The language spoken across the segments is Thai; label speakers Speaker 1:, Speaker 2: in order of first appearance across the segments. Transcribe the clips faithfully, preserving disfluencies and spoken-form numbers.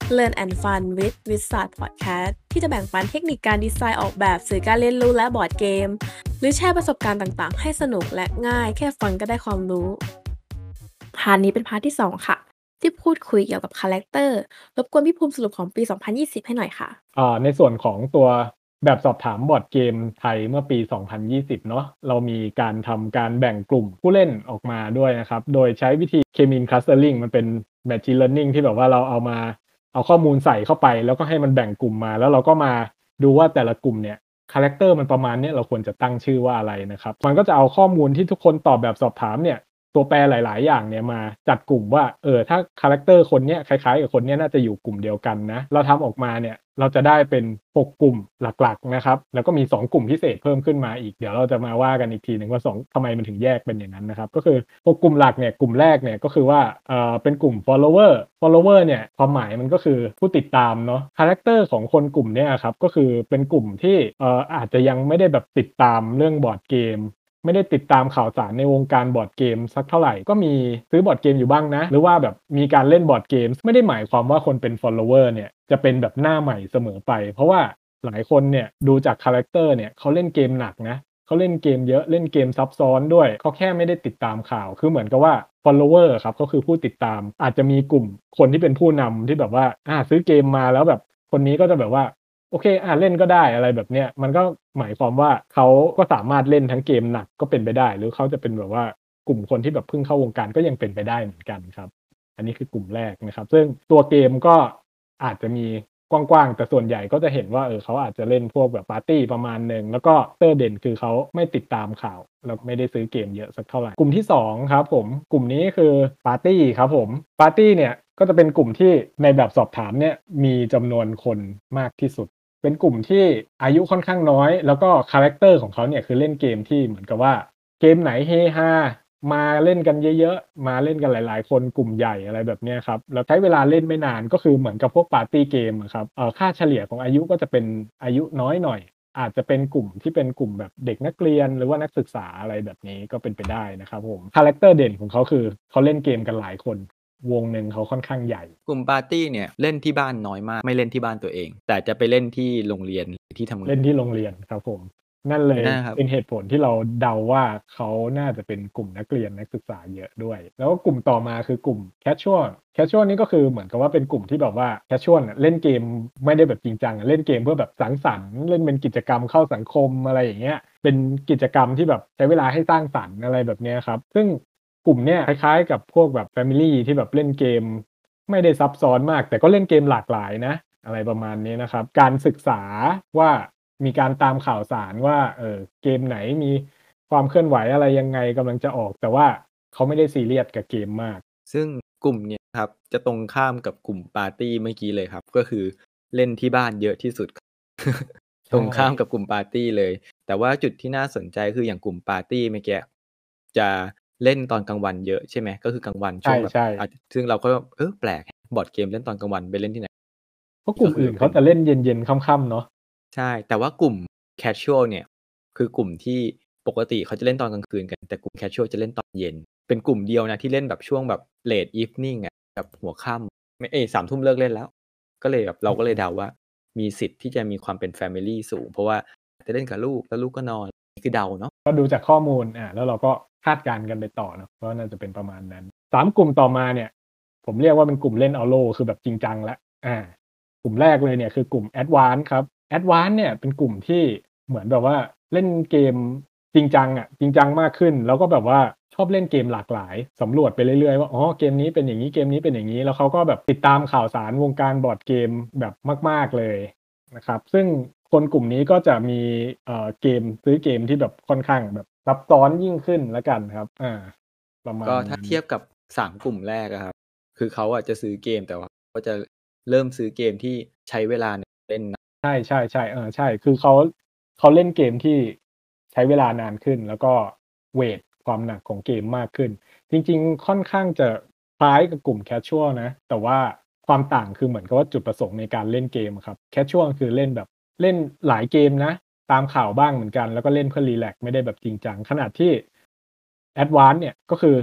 Speaker 1: Learn and Fun with Wizard Podcast ที่จะแบ่งปันเทคนิคการดีไซน์ออกแบบสื่อการเรียนรู้และบอร์ดเกมหรือแชร์ประสบการณ์ต่างๆให้สนุกและง่ายแค่ฟังก็ได้ความรู้พาร์ทนี้เป็นพาร์ทที่สองค่ะที่พูดคุยเกี่ยวกับคาแรคเตอร์รบกวนพี่ภูมิสรุปของปีสองพันยี่สิบให้หน่อยค่ะ
Speaker 2: อ่าในส่วนของตัวแบบสอบถามบอร์ดเกมไทยเมื่อปีสองพันยี่สิบเนาะเรามีการทำการแบ่งกลุ่มผู้เล่นออกมาด้วยนะครับโดยใช้วิธี K-mean clustering มันเป็น machine learning ที่แบบว่าเราเอามาเอาข้อมูลใส่เข้าไปแล้วก็ให้มันแบ่งกลุ่มมาแล้วเราก็มาดูว่าแต่ละกลุ่มเนี่ยคาแรคเตอร์มันประมาณเนี้ยเราควรจะตั้งชื่อว่าอะไรนะครับมันก็จะเอาข้อมูลที่ทุกคนตอบแบบสอบถามเนี่ยตัวแปรหลายๆอย่างเนี่ยมาจัดกลุ่มว่าเออถ้าคาแรคเตอร์คนเนี้ยคล้ายๆกับคนเนี้ยน่าจะอยู่กลุ่มเดียวกันนะเราทำออกมาเนี่ยเราจะได้เป็นหกกลุ่มหลักๆนะครับแล้วก็มีสองกลุ่มพิเศษเพิ่มขึ้นมาอีกเดี๋ยวเราจะมาว่ากันอีกทีนึงว่าสองทำไมมันถึงแยกเป็นอย่างนั้นนะครับก็คือหกกลุ่มหลักเนี่ยกลุ่มแรกเนี่ยก็คือว่าเอ่อเป็นกลุ่ม follower follower เนี่ยความหมายมันก็คือผู้ติดตามเนาะคาแรคเตอร์ของคนกลุ่มเนี้ยครับก็คือเป็นกลุ่มที่เอ่ออาจจะยังไม่ได้แบบติดตามเรื่องบอร์ดเกมไม่ได้ติดตามข่าวสารในวงการบอร์ดเกมสักเท่าไหร่ก็มีซื้อบอร์ดเกมอยู่บ้างนะหรือว่าแบบมีการเล่นบอร์ดเกมไม่ได้หมายความว่าคนเป็น follower เนี่ยจะเป็นแบบหน้าใหม่เสมอไปเพราะว่าหลายคนเนี่ยดูจากคาแรคเตอร์เนี่ยเขาเล่นเกมหนักนะเขาเล่นเกมเยอะเล่นเกมซับซ้อนด้วยเขาแค่ไม่ได้ติดตามข่าวคือเหมือนกับว่า follower ครับก็คือผู้ติดตามอาจจะมีกลุ่มคนที่เป็นผู้นำที่แบบว่าอ่าซื้อเกมมาแล้วแบบคนนี้ก็จะแบบว่าโอเคอ่าเล่นก็ได้อะไรแบบเนี้ยมันก็หมายความว่าเขาก็สามารถเล่นทั้งเกมหนักก็เป็นไปได้หรือเขาจะเป็นแบบว่ากลุ่มคนที่แบบเพิ่งเข้าวงการก็ยังเป็นไปได้เหมือนกันครับอันนี้คือกลุ่มแรกนะครับซึ่งตัวเกมก็อาจจะมีกว้างๆแต่ส่วนใหญ่ก็จะเห็นว่าเออเขาอาจจะเล่นพวกแบบปาร์ตี้ประมาณหนึ่งแล้วก็เตอร์เด่นคือเขาไม่ติดตามข่าวแล้วไม่ได้ซื้อเกมเยอะสักเท่าไหร่กลุ่มที่สองครับผมกลุ่มนี้คือปาร์ตี้ครับผมปาร์ตี้เนี่ยก็จะเป็นกลุ่มที่ในแบบสอบถามเนี่ยมีจำนวนคนมากที่สุดเป็นกลุ่มที่อายุค่อนข้างน้อยแล้วก็คาแรคเตอร์ของเขาเนี่ยคือเล่นเกมที่เหมือนกับว่าเกมไหนเฮฮามาเล่นกันเยอะๆมาเล่นกันหลายๆคนกลุ่มใหญ่อะไรแบบเนี้ยครับแล้วใช้เวลาเล่นไม่นานก็คือเหมือนกับพวกปาร์ตี้เกมอะครับเอ่อค่าเฉลี่ยของอายุก็จะเป็นอายุน้อยหน่อยอาจจะเป็นกลุ่มที่เป็นกลุ่มแบบเด็กนักเรียนหรือว่านักศึกษาอะไรแบบนี้ก็เป็นไปได้นะครับผมคาแรคเตอร์เด่นของเขาคือเขาเล่นเกมกันหลายคนวงหนึ่งเขาค่อนข้างใหญ่
Speaker 3: กลุ่มปาร์ตี้เนี่ยเล่นที่บ้านน้อยมากไม่เล่นที่บ้านตัวเองแต่จะไปเล่นที่โรงเรียนที่ทำงาน
Speaker 2: เล่นที่โรงเรียนครับผมนั่นเลย
Speaker 3: นะครับ
Speaker 2: เป็นเหตุผลที่เราเดาว่าเขาน่าจะเป็นกลุ่มนักเรียนนักศึกษาเยอะด้วยแล้วก็กลุ่มต่อมาคือกลุ่ม casual casual นี่ก็คือเหมือนกับว่าเป็นกลุ่มที่แบบว่า casual อะเล่นเกมไม่ได้แบบจริงจังอะเล่นเกมเพื่อแบบสังสรรค์เล่นเป็นกิจกรรมเข้าสังคมอะไรอย่างเงี้ยเป็นกิจกรรมที่แบบใช้เวลาให้สร้างสรรค์อะไรแบบเนี้ยครับซึ่งกลุ่มเนี้ยคล้ายๆกับพวกแบบ Family ที่แบบเล่นเกมไม่ได้ซับซ้อนมากแต่ก็เล่นเกมหลากหลายนะอะไรประมาณนี้นะครับการศึกษาว่ามีการตามข่าวสารว่าเออเกมไหนมีความเคลื่อนไหวอะไรยังไงกำลังจะออกแต่ว่าเขาไม่ได้ซีเรียสกับเกมมาก
Speaker 3: ซึ่งกลุ่มเนี่ยครับจะตรงข้ามกับกลุ่มปาร์ตี้เมื่อกี้เลยครับก็คือเล่นที่บ้านเยอะที่สุด ตรงข้ามกับกลุ่มปาร์ตี้เลยแต่ว่าจุดที่น่าสนใจคืออย่างกลุ่มปาร์ตี้เมื่อกี้จะเล่นตอนกลางวันเยอะใช่ไหมก็คือกลางวันช่วงแบบ
Speaker 2: ใช่
Speaker 3: อาจซึ่งเราก็เออแปลกบอร์ดเกมเล่นตอนกลางวันไปเล่นที่ไหน
Speaker 2: เพราะกลุ่มอื่นเขาจะเล่นเย็นๆค่ำๆเนาะ
Speaker 3: ใช่แต่ว่ากลุ่ม casual เนี่ยคือกลุ่มที่ปกติเขาจะเล่นตอนกลางคืนกันแต่กลุ่ม casual จะเล่นตอนเย็นเป็นกลุ่มเดียวนะที่เล่นแบบช่วงแบบ late evening อ่ะแบบหัวค่ำไม่เอ้ยสามทุ่มเลิกเล่นแล้วก็เลยแบบเราก็เลยเดาว่ามีสิทธิ์ที่จะมีความเป็น family สูงเพราะว่าจะเล่นกับลูกแล้วลูกก็นอนนี่คือเดาเนาะ
Speaker 2: ก็ดูจากข้อมูลอ่าแล้วเราก็คาดการณ์กันไปต่อเนาะว่าน่าจะเป็นประมาณนั้นสามกลุ่มต่อมาเนี่ยผมเรียกว่าเป็นกลุ่มเล่น Auto คือแบบจริงจังแล้วอ่ากลุ่มแรกเลยเนี่ยคือกลุ่ม Advance ครับ Advance เนี่ยเป็นกลุ่มที่เหมือนแบบว่าเล่นเกมจริงจังอ่ะจริงจังมากขึ้นแล้วก็แบบว่าชอบเล่นเกมหลากหลายสำรวจไปเรื่อยๆว่าอ๋อเกมนี้เป็นอย่างนี้เกมนี้เป็นอย่างนี้แล้วเขาก็แบบติดตามข่าวสารวงการบอร์ดเกมแบบมากๆเลยนะครับซึ่งคนกลุ่มนี้ก็จะมีเอ่อเกมซื้อเกมที่แบบค่อนข้างแบบซับซ้อนยิ่งขึ้นแล้วกันครับอาประมาณ
Speaker 3: ก็ถ้า
Speaker 2: นั้น
Speaker 3: เทียบกับสามกลุ่มแรกอะครับคือเขาอะจะซื้อเกมแต่ว่าก็จะเริ่มซื้อเกมที่ใช้เวลาในเล่น
Speaker 2: ใช่ๆๆเออใช่คือเขาเขาเล่นเกมที่ใช้เวลานานขึ้นแล้วก็เวตความหนักของเกมมากขึ้นจริงๆค่อนข้างจะคล้ายกับกลุ่ม Casual นะแต่ว่าความต่างคือเหมือนกับว่าจุดประสงค์ในการเล่นเกมอะครับ Casual คือเล่นแบบเล่นหลายเกมนะตามข่าวบ้างเหมือนกันแล้วก็เล่นเพื่อรีแลกซ์ไม่ได้แบบจริงจังขณะที่ Advance เนี่ยก็คือ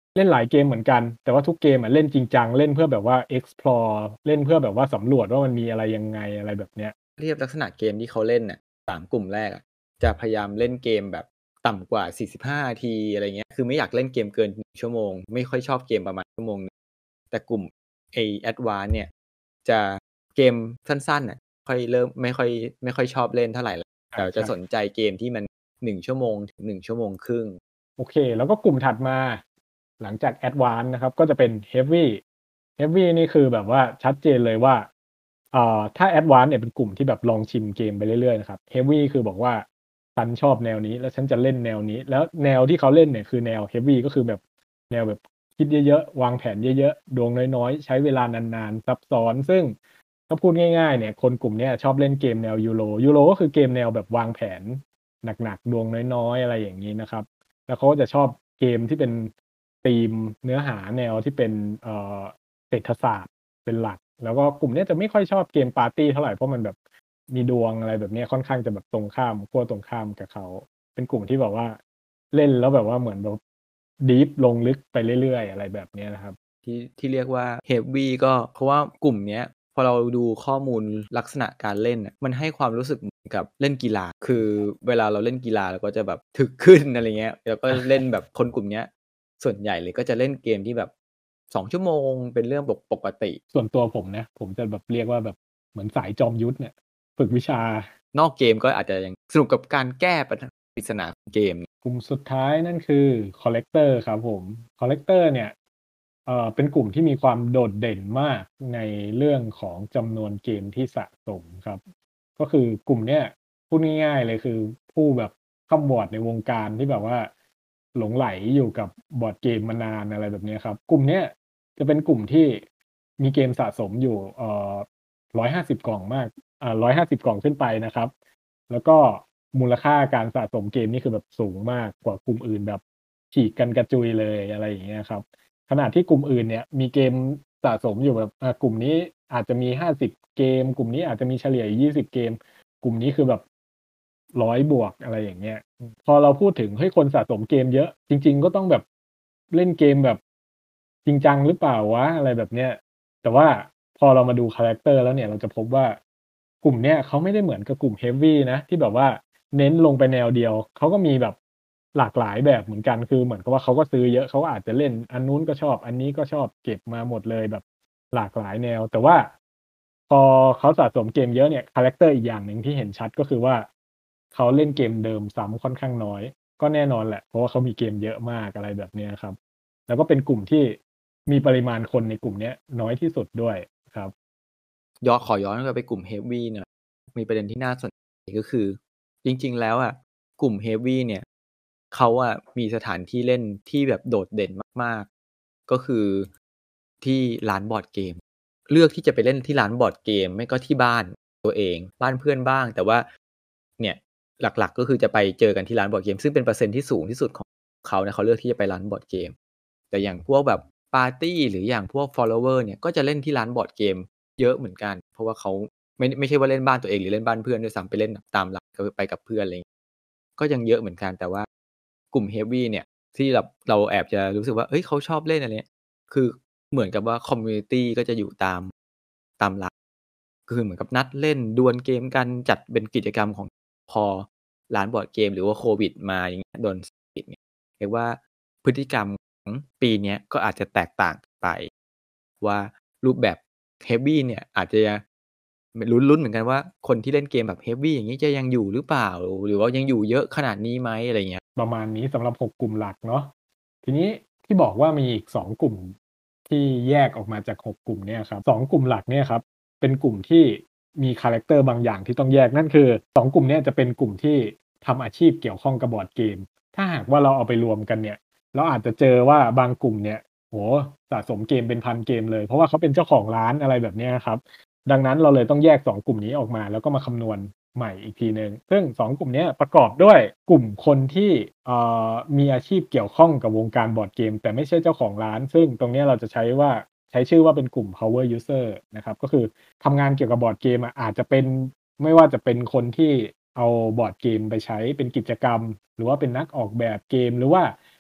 Speaker 2: เล่นหลายเกมเหมือนกัน แต่ว่าทุกเกมอะเล่นจริงจัง เล่นเพื่อแบบว่า explore เล่นเพื่อแบบว่าสำรวจว่ามันมีอะไรยังไง อะไรแบบเนี้ย
Speaker 3: เทียบลักษณะเกมที่เขาเล่นน่ะ สาม กลุ่มแรกอะจะพยายามเล่นเกมแบบต่ำกว่า สี่สิบห้า นาที อะไรเงี้ย คือไม่อยากเล่นเกมเกิน หนึ่ง ชั่วโมง ไม่ค่อยชอบเกมประมาณชั่วโมงหนึ่ง แต่กลุ่มไอ้ Advance เนี่ย จะเกมสั้น ๆ น่ะ ค่อยเริ่ม ไม่ค่อย ไม่ค่อยชอบเล่นเท่าไร
Speaker 2: อ
Speaker 3: แต่
Speaker 2: า
Speaker 3: จ
Speaker 2: ใช
Speaker 3: ะ
Speaker 2: ่
Speaker 3: สนใจเกมที่มัน หนึ่ง ชั่วโมงถึง หนึ่ง ชั่วโมงครึ่ง
Speaker 2: โอเค แล้วก็กลุ่มถัดมา หลังจาก Advance นะครับ ก็จะเป็น Heavy Heavy นี่คือแบบว่าชัดเจนเลยว่า อ่า ถ้า Advance เนี่ยเป็นกลุ่มที่แบบลองชิมเกมไปเรื่อย ๆ นะครับ Heavy คือบอกว่า ฉันชอบแนวนี้ แล้วฉันจะเล่นแนวนี้ แล้วแนวที่เขาเล่นเนี่ยคือแนว Heavy ก็คือแบบแนวแบบคิดเยอะ ๆ วางแผนเยอะ ๆ ดวงน้อย ๆ ใช้เวลานาน ๆ ซับซ้อน ซึ่งถ้าพูดง่าย ๆ เนี่ย คนกลุ่มเนี้ยชอบเล่นเกมแนว Euro Euro ก็คือเกมแนวแบบวางแผนหนัก ๆ ดวงน้อย ๆ อะไรอย่างงี้นะครับ แล้วเขาก็จะชอบเกมที่เป็นธีมเนื้อหาแนวที่เป็น เอ่อ เศรษฐศาสตร์เป็นหลัก แล้วก็กลุ่มเนี้ยจะไม่ค่อยชอบเกมปาร์ตีเท่าไร เพราะมันแบบมีดวง อะไรแบบเนี้ย ค่อนข้างจะแบบตรงข้าม ขั้วตรงข้ามกับเขา เป็นกลุ่มที่แบบว่าเล่นแล้วแบบว่าเหมือนแบบ ดีป ลงลึกไปเรื่อย ๆ อะไรแบบเนี้ยนะครับ
Speaker 3: ที่ ที่เรียกว่า Heavy ก็เพราะว่ากลุ่มเนี้ย พอเราดูข้อมูลลักษณะการเล่นน่ะ มันให้ความรู้สึกเหมือนกับเล่นกีฬา คือเวลาเราเล่นกีฬาเราก็จะแบบถึกขึ้น อะไรเงี้ย แล้วก็เล่นแบบคนกลุ่มเนี้ย ส่วนใหญ่เลยก็จะเล่นเกมที่แบบ สอง ชั่วโมงเป็นเรื่องปก ปกติ
Speaker 2: ส่วนตัวผมนะ ผมจะแบบเรียกว่าแบบเหมือนสายจอมยุทธเนี่ย ฝึกวิชา
Speaker 3: นอกเกมก็อาจจะยังสนุกกับการแก้ปัญหาปริศนาเกม
Speaker 2: กลุ่มสุดท้ายนั่นคือ Collector ครับผม Collector เนี่ย เอ่อ เป็นกลุ่มที่มีความโดดเด่นมากในเรื่องของจำนวนเกมที่สะสมครับ ก็คือกลุ่มเนี้ยพูดง่าย ๆ เลยคือผู้แบบคร่ำวอร์ดในวงการที่แบบว่าหลงใหลอยู่กับบอร์ดเกมมานาน อะไรแบบเนี้ยครับ กลุ่มเนี้ยจะเป็นกลุ่มที่มีเกมสะสมอยู่ เอ่อ หนึ่งร้อยห้าสิบ กล่องมาก อ่า หนึ่งร้อยห้าสิบ กล่องขึ้นไปนะครับ แล้วก็มูลค่าการสะสมเกมนี่คือแบบสูงมากกว่ากลุ่มอื่นแบบฉีกกันกระจุยเลย อะไรอย่างเงี้ยครับ ขณะที่กลุ่มอื่นเนี่ยมีเกมสะสมอยู่แบบ อ่า กลุ่มนี้อาจจะมี ห้าสิบ เกม กลุ่มนี้อาจจะมีเฉลี่ยอยู่ ยี่สิบ เกม กลุ่มนี้คือแบบ หนึ่งร้อย บวก อะไรอย่างเงี้ย อืม พอเราพูดถึง เฮ้ย คนสะสมเกมเยอะ จริง ๆ ก็ต้องแบบเล่นเกมแบบจริงจังหรือเปล่าวะ อะไรแบบเนี้ย แต่ว่าพอเรามาดูคาแรกเตอร์แล้วเนี่ย เราจะพบว่ากลุ่มเนี้ยเขาไม่ได้เหมือนกับกลุ่ม Heavy นะ ที่แบบว่าเน้นลงไปแนวเดียว เขาก็มีแบบหลากหลายแบบเหมือนกัน คือเหมือนกับว่าเขาก็ซื้อเยอะ เขาก็อาจจะเล่นอันนู้นก็ชอบ อันนี้ก็ชอบ เก็บมาหมดเลยแบบหลากหลายแนว แต่ว่าพอเขาสะสมเกมเยอะเนี่ย คาแรกเตอร์อีกอย่างหนึ่งที่เห็นชัด ก็คือว่าเขาเล่นเกมเดิมซ้ำค่อนข้างน้อย ก็แน่นอนแหละ เพราะว่าเขามีเกมเยอะมาก อะไรแบบเนี้ยครับ แล้วก็เป็นกลุ่มที่มีปริมาณคนในกลุ่มเนี้ยน้อยที่สุดด้วยครับ
Speaker 3: ย้อน ขอย้อนกลับไปกลุ่ม Heavy หน่อย มีประเด็นที่น่าสนใจก็คือ จริง ๆ แล้วอะกลุ่ม Heavy เนี่ย เขาอะมีสถานที่เล่นที่แบบโดดเด่นมาก ๆ ก็คือที่ร้านบอร์ดเกม เลือกที่จะไปเล่นที่ร้านบอร์ดเกม ไม่ก็ที่บ้านตัวเอง บ้านเพื่อนบ้าง แต่ว่า เนี่ย หลัก ๆ ก็คือจะไปเจอกันที่ร้านบอร์ดเกม ซึ่งเป็นเปอร์เซ็นต์ที่สูงที่สุดของเขานะ เขาเลือกที่จะไปร้านบอร์ดเกม แต่อย่างพวกแบบปาร์ตี หรืออย่างพวก Follower เนี่ย ก็จะเล่นที่ร้านบอร์ดเกมเยอะเหมือนกัน เพราะว่าเขาไม่ ไม่ใช่ว่าเล่นบ้านตัวเอง หรือเล่นบ้านเพื่อนด้วยซ้ำ ไปเล่นตามร้าน คือไปกับเพื่อน อะไรงี้ ก็ยังเยอะเหมือนกัน แต่ว่ากลุ่ม Heavy เนี่ย ที่แบบเราแอบจะรู้สึกว่า เฮ้ย เขาชอบเล่นอันเนี้ย คือเหมือนกับว่า คอมมิวนิตีก็จะอยู่ตาม ตามร้าน คือเหมือนกับนัดเล่นดวลเกมกัน จัดเป็นกิจกรรมของ พอร้านบอร์ดเกม หรือว่าโควิดมา อย่างเงี้ย โดนปิดเนี่ย เรียกว่าพฤติกรรมของปีเนี้ยก็อาจจะแตกต่างไป ว่ารูปแบบ Heavy เนี่ยอาจจะยัง ม ลุ้น ๆ เหมือนกันว่า คนที่เล่นเกมแบบ Heavy อย่างงี้จะยังอยู่หรือเปล่า หรือว่ายังอยู่เยอะขนาดนี้ไหม อะไรเงี้ย
Speaker 2: ประมาณนี้สำหรับ หก กลุ่มหลักเนาะ ทีนี้ที่บอกว่ามีอีก สอง กลุ่มที่แยกออกมาจาก หก กลุ่มเนี่ยครับ สอง กลุ่มหลักเนี่ยครับ เป็นกลุ่มที่มีคาแรกเตอร์บางอย่างที่ต้องแยก นั่นคือ สอง กลุ่มเนี้ยจะเป็นกลุ่มที่ทำอาชีพเกี่ยวข้องกับบอร์ดเกม ถ้าหากว่าเราเอาไปรวมกันเนี่ย เราอาจจะเจอว่าบางกลุ่มเนี่ย โอ้โฮ สะสมเกมเป็น พัน เกมเลย เพราะว่าเขาเป็นเจ้าของร้าน อะไรแบบเนี้ยครับ ดังนั้นเราเลยต้องแยก สอง กลุ่มนี้ออกมา แล้วก็มาคำนวณใหม่อีกทีหนึ่ง ซึ่ง สอง กลุ่มเนี้ยประกอบด้วยกลุ่มคนที่ เอ่อ มีอาชีพเกี่ยวข้องกับวงการบอร์ดเกม แต่ไม่ใช่เจ้าของร้าน ซึ่งตรงเนี้ยเราจะใช้ว่า ใช้ชื่อว่าเป็นกลุ่ม Power User นะครับ ก็คือทำงานเกี่ยวกับบอร์ดเกมอะ อาจจะเป็น ไม่ว่าจะเป็นคนที่เอาบอร์ดเกมไปใช้เป็นกิจกรรม หรือว่าเป็นนักออกแบบเกม หรือว่า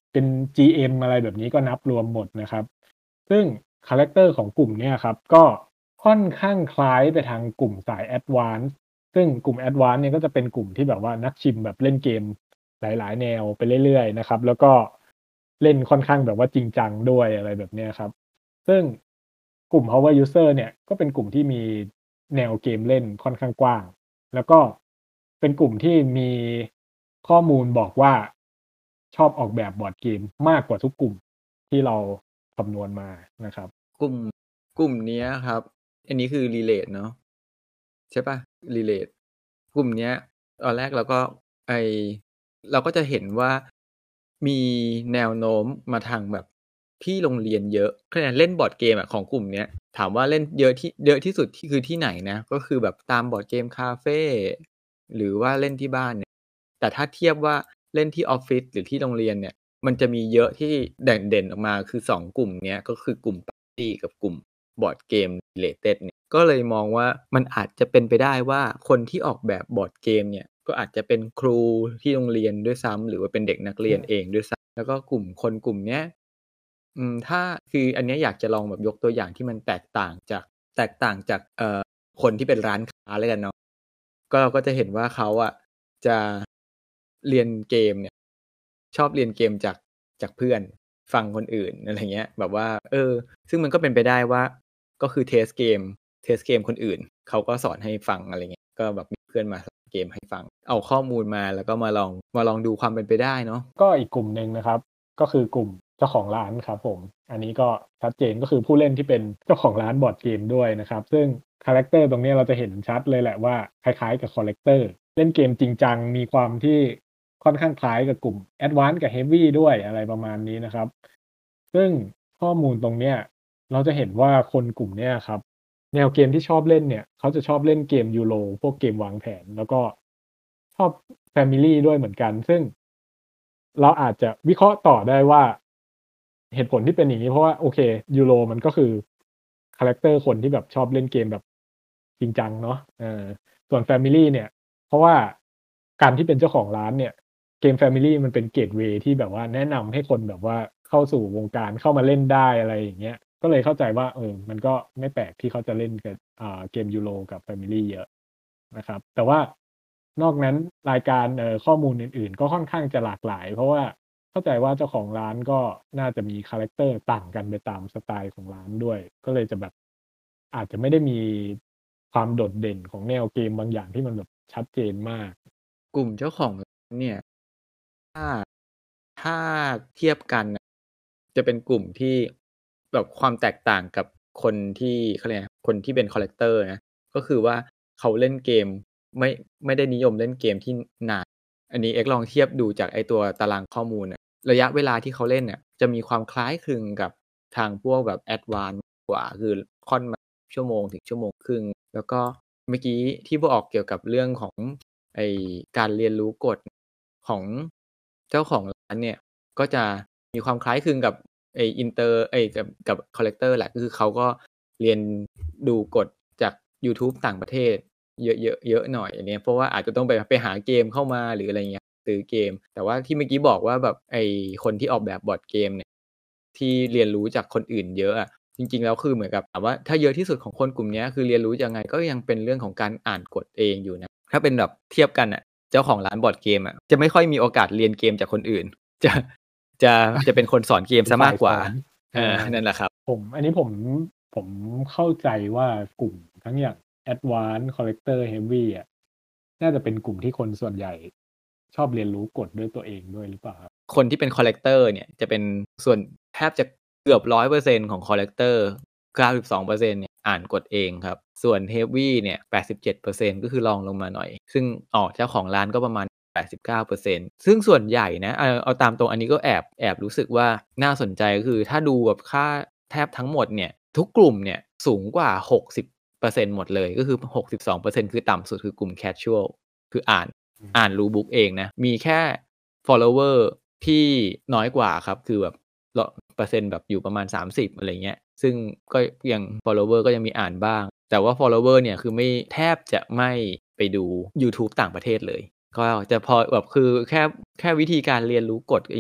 Speaker 2: เป็น จี เอ็ม อะไรแบบนี้ก็นับรวมหมดนะครับซึ่งคาแรคเตอร์ของกลุ่มเนี่ยครับก็ค่อนข้างคล้ายไปทางกลุ่มสาย Advance ซึ่งกลุ่ม Advance เนี่ยก็จะเป็นกลุ่มที่แบบว่านักชิมแบบเล่นเกมหลายๆแนวไปเรื่อยๆนะครับแล้วก็เล่นค่อนข้างแบบว่าจริงจังด้วยอะไรแบบเนี้ยครับซึ่งกลุ่ม Power User เนี่ยก็เป็นกลุ่มที่มีแนวเกมเล่นค่อนข้างกว้างแล้วก็เป็นกลุ่มที่มีข้อมูลบอกว่าชอบออกแบบบอร์ดเกมมากกว่าทุกกลุ่มที่เราคำนวณมานะครับ
Speaker 3: กลุ่มกลุ่มเนี้ยครับ อันนี้คือ relate เนาะใช่ปะ relate กลุ่มเนี้ยตอนแรกเราก็ไอเราก็จะเห็นว่ามีแนวโน้มมาทางแบบที่โรงเรียนเยอะคะแนนเล่นบอร์ดเกมอะของกลุ่มเนี้ยถามว่าเล่นเยอะที่เยอะที่สุดที่คือที่ไหนนะก็คือแบบตามบอร์ดเกมคาเฟ่หรือว่าเล่นที่บ้านเนี่ยแต่ถ้าเทียบว่าเล่นที่ออฟฟิศหรือที่โรงเรียนเนี่ยมันจะมีเยอะที่เด่นๆออกมาคือสองกลุ่มเนี้ยก็คือกลุ่มปาร์ตี้กับกลุ่มบอร์ดเกม related เนี่ยก็เลยมองว่ามันอาจจะเป็นไปได้ว่าคนที่ออกแบบบอร์ดเกมเนี่ยก็อาจจะเป็นครูที่โรงเรียนด้วยซ้ำหรือว่าเป็นเด็กนักเรียนเองด้วยซ้ำแล้วก็กลุ่มคนกลุ่มเนี้ยอืมถ้าคืออันเนี้ยอยากจะลองแบบยกตัวอย่างที่มันแตกต่างจากแตกต่างจากเอ่อคนที่เป็นร้านค้าแล้วกันเนาะก็เราก็จะเห็นว่าเขาอะจะเรียนเกมเนี่ยชอบเรียนเกมจากจากเพื่อนฟังคนอื่นอะไรเงี้ยแบบว่าเออซึ่งมันก็เป็นไปได้ว่าก็คือเทสเกมเทสเกมคนอื่นเขาก็สอนให้ฟังอะไรเงี้ยก็แบบมีเพื่อนมาสอนเกมให้ฟังเอาข้อมูลมาแล้วก็มาลองมาลองดูความเป็นไปได้เนาะ
Speaker 2: ก็อีกกลุ่มหนึ่งนะครับก็คือกลุ่มเจ้าของร้านครับผมอันนี้ก็ชัดเจนก็คือผู้เล่นที่เป็นเจ้าของร้านบอร์ดเกมด้วยนะครับซึ่งคาแรคเตอร์ตรงนี้เราจะเห็นชัดเลยแหละว่าคล้ายๆกับคอลเลกเตอร์เล่นเกมจริงจังมีความที่ค่อนข้างคล้ายกับกลุ่ม Advance กับ Heavy ด้วยอะไรประมาณนี้นะครับซึ่งข้อมูลตรงเนี้ยเราจะเห็นว่าคนกลุ่มเนี้ยครับแนวเกมที่ชอบเล่นเนี่ยเขาจะชอบเล่นเกมยูโรพวกเกมวางแผนแล้วก็ชอบ Family ด้วยเหมือนกันซึ่ง เราอาจจะวิเคราะห์ต่อได้ว่าเหตุผลที่เป็นอย่างนี้เพราะว่าโอเคยูโรมันก็คือคาแรคเตอร์คนที่แบบชอบเล่นเกมแบบจริงจังเนาะเออส่วน Family เนี่ยเพราะว่าการที่เป็นเจ้าของร้านเนี่ยเกม Family มันเป็นเกตเวย์ที่แบบว่าแนะนำให้คนแบบว่าเข้าสู่วงการเข้ามาเล่นได้อะไรอย่างเงี้ยก็เลยเข้าใจว่าเออมันก็ไม่แปลกที่เขาจะเล่นกับอ่าเกมยูโรกับ Family เยอะนะครับแต่ว่านอกนั้นรายการเอ่อข้อมูลอื่นๆก็ค่อนข้างจะหลากหลายเพราะว่าเข้าใจว่าเจ้าของร้านก็น่าจะมีคาแรคเตอร์ต่างกันไปตามสไตล์ของร้านด้วยก็เลยจะแบบอาจจะไม่ได้มีความโดดเด่นของแนวเกมบางอย่างที่มันแบบชัดเจนมาก
Speaker 3: กลุ่มเจ้าของร้านเนี่ยถ้าถ้าเทียบกันน่ะจะเป็นกลุ่มที่แบบความแตกต่างกับคนที่เขาเรียกไรคนที่เป็นคอลเลกเตอร์นะก็คือว่าเขาเล่นเกมไม่ไม่ได้นิยมเล่นเกมที่นานอันนี้เอ็กซ์ลองเทียบดูจากไอ้ตัวตารางข้อมูลน่ะระยะเวลาที่เขาเล่นน่ะจะมีความคล้ายคลึงกับทางพวกแบบ Advance กว่าคือค่อนมาชั่วโมงถึงชั่วโมงครึ่งแล้วก็เมื่อกี้ที่บอกเกี่ยวกับเรื่องของไอ้การเรียนรู้กฎของเจ้าของร้านเนี่ยก็จะมีความคล้ายคลึงกับไอ้อินเตอร์ไอ้กับกับคอลเลกเตอร์แหละก็คือเขาก็เรียนดูกฎจากยูทูบต่างประเทศเยอะเยอะเยอะหน่อยอันเนี้ยเพราะว่าอาจจะต้องไปไปหาเกมเข้ามาหรืออะไรเงี้ยซื้อเกมแต่ว่าที่เมื่อกี้บอกว่าแบบไอ้คนที่ออกแบบบอร์ดเกมเนี่ยที่เรียนรู้จากคนอื่นเยอะอะจริงๆแล้วคือเหมือนกับถามว่าถ้าเยอะที่สุดของคนกลุ่มเนี้ยคือเรียนรู้ยังไงก็ยังเป็นเรื่องของการอ่านกฎเองอยู่นะถ้าเป็นแบบเทียบกันน่ะเจ้าของร้านบอร์ดเกมอะจะไม่ค่อยมีโอกาสเรียนเกมจากคนอื่นจะจะจะเป็นคนสอนเกมเสียมากกว่าเออนั่นแหละครับ
Speaker 2: ผมอันนี้ผมผมเข้าใจว่ากลุ่มทั้งอย่าง Advance Collector Heavy อะน่าจะเป็นกลุ่มที่คนส่วนใหญ่ชอบเรียนรู้กฎด้วยตัวเองด้วยหรือเปล่าครับ
Speaker 3: คนที่เป็นคอลเลกเตอร์เนี่ยจะเป็นส่วนแทบจะเกือบ ร้อยเปอร์เซ็นต์ ของคอลเลกเตอร์ เก้าสิบสองเปอร์เซ็นต์ เนี่ยอ่านกฎเองครับส่วน Heavy เนี่ย แปดสิบเจ็ดเปอร์เซ็นต์ ก็คือรองลงมาหน่อยซึ่งอ๋อเจ้าของร้านก็ประมาณ แปดสิบเก้าเปอร์เซ็นต์ ซึ่งส่วนใหญ่นะเอาเอาตามตรงอันนี้ก็แอบแอบรู้สึกว่าน่าสนใจก็คือถ้าดูแบบค่าแทบทั้งหมดเนี่ยทุกกลุ่มเนี่ยสูงกว่า หกสิบเปอร์เซ็นต์ หมดเลยก็คือ หกสิบสองเปอร์เซ็นต์ คือต่ำสุดคือกลุ่ม Casual คืออ่านอ่านรู้บุ๊กเองนะมีแค่ follower ที่น้อยกว่าครับคือแบบเปอร์เซ็นต์แบบอยู่ประมาณสามสิบอะไรเงี้ยซึ่งก็ยัง follower ก็ยังมีอ่านบ้างแต่ว่า follower เนี่ยคือไม่แทบจะไม่ไปดู YouTube ต่างประเทศเลยก็จะพอแบบคือแค่แค่วิธีการเรียนรู้กฎจริง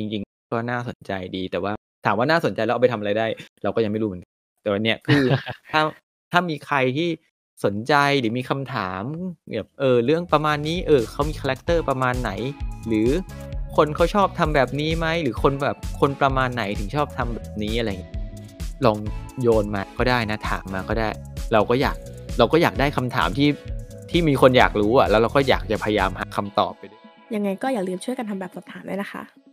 Speaker 3: ก็น่าสนใจดี แต่ว่าถามว่าน่าสนใจแล้วเอาไปทำอะไรได้ เราก็ยังไม่รู้เหมือนกัน แต่ว่าเนี่ย คือ ถ้า ถ้ามีใครที่สนใจหรือมีคำถามแบบ เอ่อ เรื่องประมาณนี้ เอ่อ เขามีคาแรกเตอร์ประมาณไหน หรือคนเขาชอบทำแบบนี้ไหม หรือคนแบบคนประมาณไหนถึงชอบทำแบบนี้ อะไรอย่างงี้ ลองโยนมาก็ได้นะ ถามมาก็ได้ เราก็อยาก เราก็อยากได้คำถามที่ ที่มีคนอยากรู้อะ แล้วเราก็อยากจะพยายามหาคำตอบไปด้วย
Speaker 1: ยังไงก็อย่าลืมช่วยกันทำแบบสอบถามด้วยนะคะ